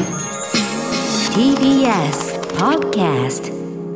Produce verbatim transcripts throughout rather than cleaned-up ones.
ティービーエス Podcast。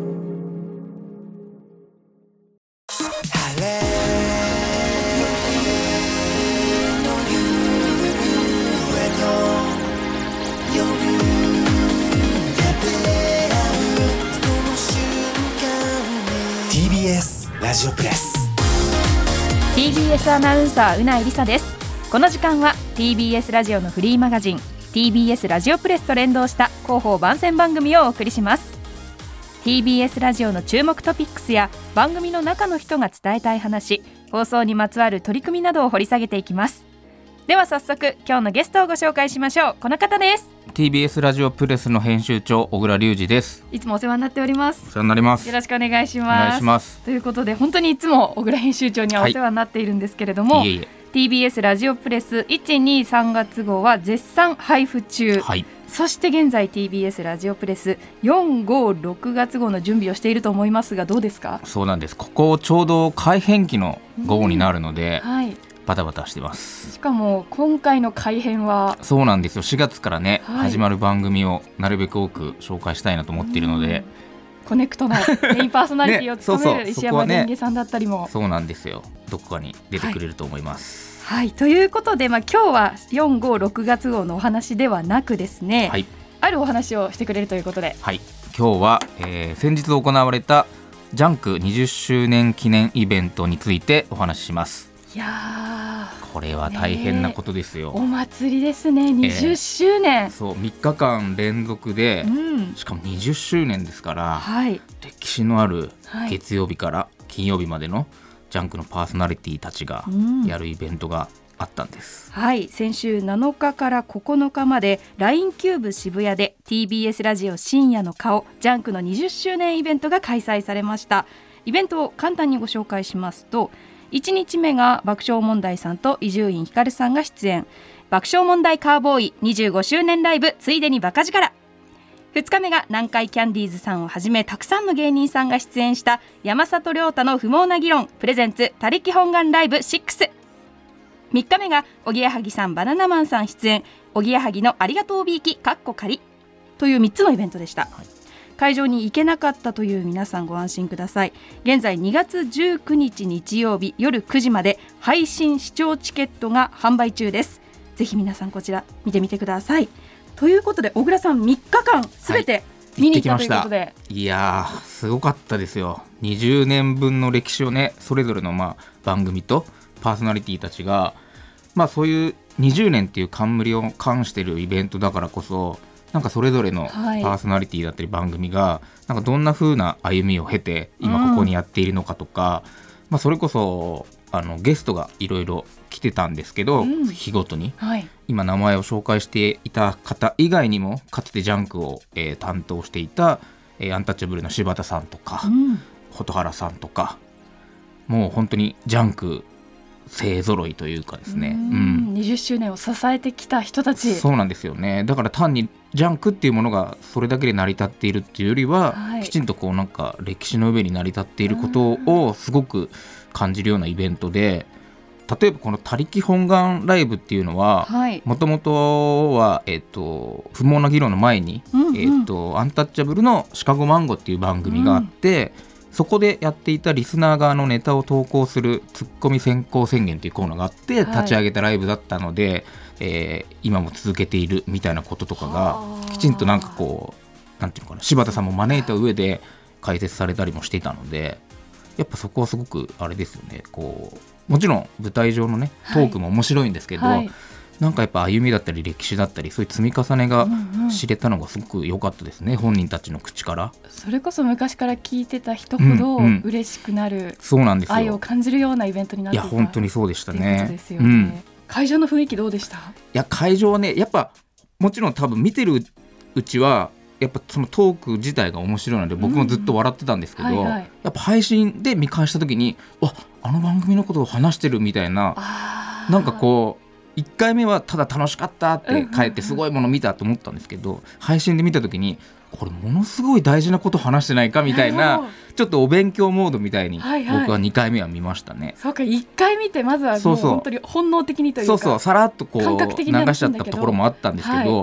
ティービーエス ラジオプレスティービーエス アナウンサーうないりさです。この時間は ティービーエス ラジオのフリーマガジン ティービーエス ラジオプレスと連動した広報番宣番組をお送りします。 ティービーエス ラジオの注目トピックスや番組の中の人が伝えたい話、放送にまつわる取り組みなどを掘り下げていきます。では早速今日のゲストをご紹介しましょう。この方です。 ティービーエス ラジオプレスの編集長小倉隆二です。 いつもお世話になっております。 お世話になります。 よろしくお願いします。 お願いします。 ということで本当にいつも小倉編集長にはお世話になっているんですけれども、はい、いえいえ ティービーエス ラジオプレスいち、に、さんがつ号は絶賛配布中、はい、そして現在 ティービーエス ラジオプレスよん、ご、ろくがつ号の準備をしていると思いますがどうですか？ そうなんです。ここちょうど改編期の号になるので、うんはい、バタバタしてます。 しかも今回の改編はそうなんですよ。しがつからね、はい、始まる番組をなるべく多く紹介したいなと思っているので、 コネクトのメインパーソナリティを務めるね、石山蓮華さんだったりも、 そうなんですよ。どこかに出てくれると思います。 はい、はい、ということで、まあ、今日はよん、ご、ろくがつ号のお話ではなくですね、はい、あるお話をしてくれるということで、 はい、今日は、えー、先日行われたジャンクにじゅっしゅうねん記念イベントについてお話しします。 いやこれは大変なことですよ、 ね、お祭りですね。にじゅっしゅうねん、えー、 そうみっかかん連続で、うん、しかもにじゅっしゅうねんですから、はい、歴史のある月曜日から金曜日までのジャンクのパーソナリティたちがやるイベントがあったんです、 うん、はい、先週なのかからここのかまで ライン キューブ渋谷で ティービーエス ラジオ深夜の顔ジャンクのにじゅっしゅうねんイベントが開催されました。イベントを簡単にご紹介しますと、いちにちめが爆笑問題さんと伊集院光さんが出演、爆笑問題カーボーイにじゅうごしゅうねんライブついでにバカ力。ふつかめが南海キャンディーズさんをはじめたくさんの芸人さんが出演した山里亮太の不毛な議論プレゼンツ他力本願ライブろく。みっかめがおぎやはぎさんバナナマンさん出演おぎやはぎのありがとうびいきかっこ仮というみっつのイベントでした、はい。会場に行けなかったという皆さんご安心ください。現在にがつじゅうくにち日曜日夜くじまで配信視聴チケットが販売中です。ぜひ皆さんこちら見てみてください。ということで小倉さんみっかかんすべて見に行ったということで、はい、 いやーすごかったですよ。にじゅうねんぶんの歴史をね、それぞれのまあ番組とパーソナリティたちが、まあ、そういうにじゅうねんっていう冠を冠しているイベントだからこそ、なんかそれぞれのパーソナリティだったり番組が、はい、なんかどんな風な歩みを経て今ここにやっているのかとか、うんまあ、それこそあのゲストがいろいろ来てたんですけど、うん、日ごとに、はい、今名前を紹介していた方以外にもかつてジャンクを、えー、担当していた、えー、アンタッチャブルの柴田さんとか、うん、蛍原さんとか、もう本当にジャンク勢ぞろいというかですね、うん、 にじゅっしゅうねんを支えてきた人たち。 そうなんですよね。だから単にジャンクっていうものがそれだけで成り立っているっていうよりは、はい、きちんとこうなんか歴史の上に成り立っていることをすごく感じるようなイベントで、例えばこの他力本願ライブっていうのはもともとは、えー、と不毛な議論の前に、うんうんえー、とアンタッチャブルのシカゴマンゴっていう番組があって、うんそこでやっていたリスナー側のネタを投稿するツッコミ先行宣言というコーナーがあって立ち上げたライブだったので、はいえー、今も続けているみたいなこととかがきちんとなんかこうなんていうのかな、柴田さんも招いた上で解説されたりもしていたので、やっぱそこはすごくあれですよね。こうもちろん舞台上のねトークも面白いんですけど、はいはいなんかやっぱ歩みだったり歴史だったりそういう積み重ねが知れたのがすごく良かったですね、うんうん、本人たちの口から。 それこそ昔から聞いてた人ほど嬉しくなる、うんうん、 そうなんですよ。 愛を感じるようなイベントになっていた。 いや本当にそうでしたね。 ということですよね、うん、会場の雰囲気どうでした？いや会場はねやっぱもちろん多分見てるうちはやっぱそのトーク自体が面白いので僕もずっと笑ってたんですけど、うんはいはい、やっぱ配信で見返した時にああの番組のことを話してるみたいな、なんかこういっかいめはただ楽しかったって帰ってすごいもの見たと思ったんですけど、配信で見た時にこれものすごい大事なこと話してないかみたいなちょっとお勉強モードみたいに僕はにかいめは見ましたね、はいはい、 そうかいっかい見てまずはもう本当に本能的にというかそうそうさらっとこう流しちゃったところもあったんですけど、はい、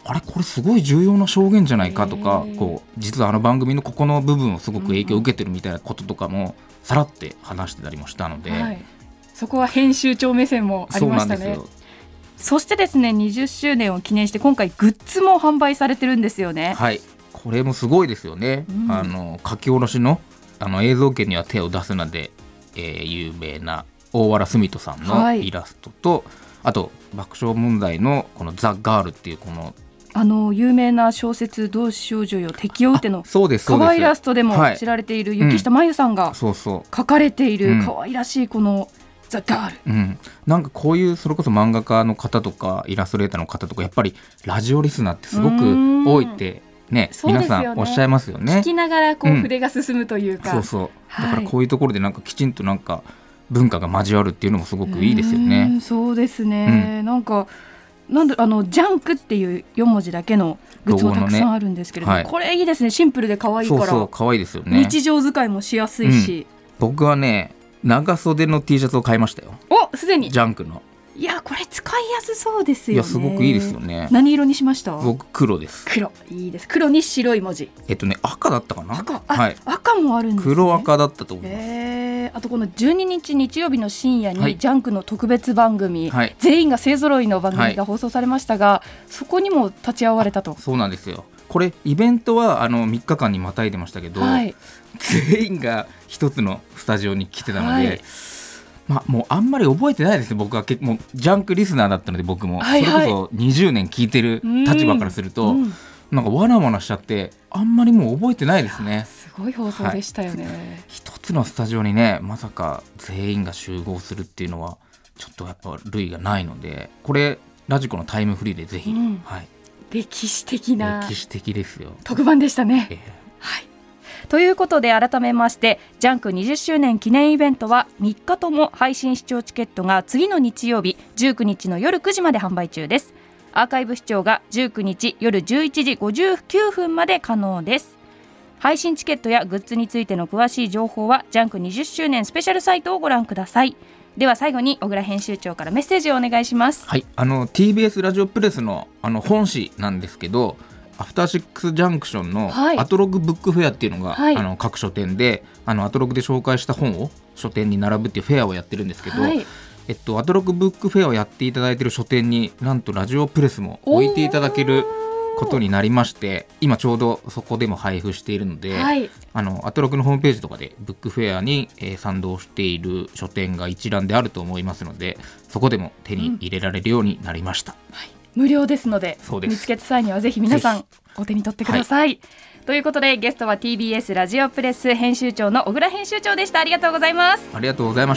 あれこれすごい重要な証言じゃないかとか、こう実はあの番組のここの部分をすごく影響を受けてるみたいなこととかもさらって話してたりもしたので、 はい、そこは編集長目線もありましたね。 そうなんですよ。 そしてですね、にじゅっしゅうねんを記念して今回グッズも販売されてるんですよね。 はい、これもすごいですよね、うん、あの書き下ろし の, あの映像権には手を出すなで、えー、有名な大原澄人さんのイラストと、はい、あと爆笑問題のこのザ・ガールっていうこのあの有名な小説同志少女よ敵を撃ての可愛いイラストでも知られている雪下真由さんが書かれている可愛らしいこのザ・ガール、 うん、なんかこういうそれこそ漫画家の方とかイラストレーターの方とかやっぱりラジオリスナーってすごく多いってね、皆さんおっしゃいますよね。 聞きながらこう筆が進むというか、 うん、そうそうだからこういうところでなんかきちんとなんか文化が交わるっていうのもすごくいいですよね。 うん、そうですね、うん、なんかなんであのジャンクっていうよんもじだけのグッズもたくさんあるんですけれども、ね、はい、これいいですね。シンプルで可愛いから。 そうそう可愛いですよね。 日常使いもしやすいし、 うん、僕はね長袖の T シャツを買いましたよ。 お、すでにジャンクの。 いやこれ使いやすそうですよね。 いやすごくいいですよね。 何色にしました？ 僕黒です。 黒いいです。黒に白い文字。 えっとね赤だったかな。 赤、 はい、 赤もあるんですね。 黒赤だったと思います。 えー、あとこのじゅうににち日曜日の深夜にジャンクの特別番組、 はい、 全員が勢ぞろいの番組が放送されましたが、はい、そこにも立ち会われたと。 そうなんですよ。これイベントはあのみっかかんにまたいでましたけど、はい、全員が一つのスタジオに来てたので、はい、まあ、もうあんまり覚えてないですね。僕は結構ジャンクリスナーだったので僕も、はいはい、それこそにじゅうねん聞いてる立場からすると、うん、なんかわなわなしちゃってあんまりもう覚えてないですね。 すごい放送でしたよね、はい、 一つのスタジオにねまさか全員が集合するっていうのはちょっとやっぱ類がないので、これラジコのタイムフリーでぜひ、うん、はい、 歴史的な歴史的ですよ特番でしたね、えーはい、ということで改めましてジャンクにじゅっしゅうねん記念イベントはみっかとも配信視聴チケットが次の日曜日じゅうくにちの夜くじまで販売中です。アーカイブ視聴がじゅうくにち夜じゅういちじごじゅうきゅうふんまで可能です。配信チケットやグッズについての詳しい情報はジャンクにじゅっしゅうねんスペシャルサイトをご覧ください。では最後に小倉編集長からメッセージをお願いします。 はい、あの ティービーエス ラジオプレス の, あの本誌なんですけど、アフターシックスジャンクションのアトログブックフェアっていうのが、はい、あの各書店であのアトログで紹介した本を書店に並ぶっていうフェアをやってるんですけど、はい、えっと、アトログブックフェアをやっていただいている書店になんとラジオプレスも置いていただけることになりまして、今ちょうどそこでも配布しているので、はい、あのアトログのホームページとかでブックフェアに、えー、賛同している書店が一覧であると思いますので、そこでも手に入れられるようになりました、 うん、はい、無料ですので、見つけた際にはぜひ皆さんお手に取ってください、はい、ということでゲストは ティービーエス ラジオプレス編集長の小倉編集長でした。ありがとうございます。 ありがとうございました。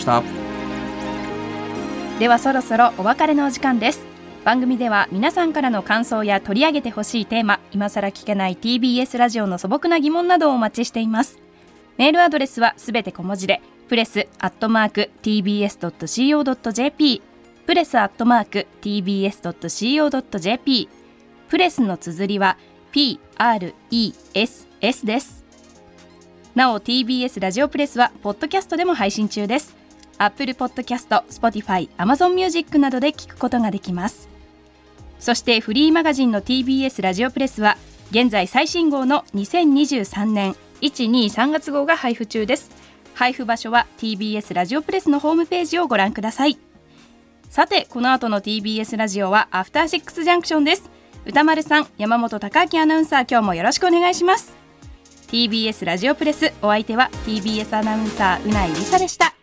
ではそろそろお別れのお時間です。番組では皆さんからの感想や取り上げてほしいテーマ、今更聞けない ティービーエス ラジオの素朴な疑問などをお待ちしています。メールアドレスはすべて小文字でプレスアットマーク ティービーエスドットシーオードットジェーピー プレスアットマーク ティービーエスドットシーオードットジェーピー プレスの綴りは ピーアールイーエスエス です。なお ティービーエス ラジオプレスはポッドキャストでも配信中です。Apple Podcast、Spotify、Amazon Music などで聞くことができます。そしてフリーマガジンの ティービーエス ラジオプレスは現在最新号のにせんにじゅうさんねんいち、に、さんがつ号が配布中です。配布場所は ティービーエス ラジオプレスのホームページをご覧ください。さてこの後の ティービーエス ラジオはアフターシックスジャンクションです。歌丸さん、山本貴明アナウンサー、今日もよろしくお願いします。 ティービーエス ラジオプレス、お相手は ティービーエス アナウンサーうないりさでした。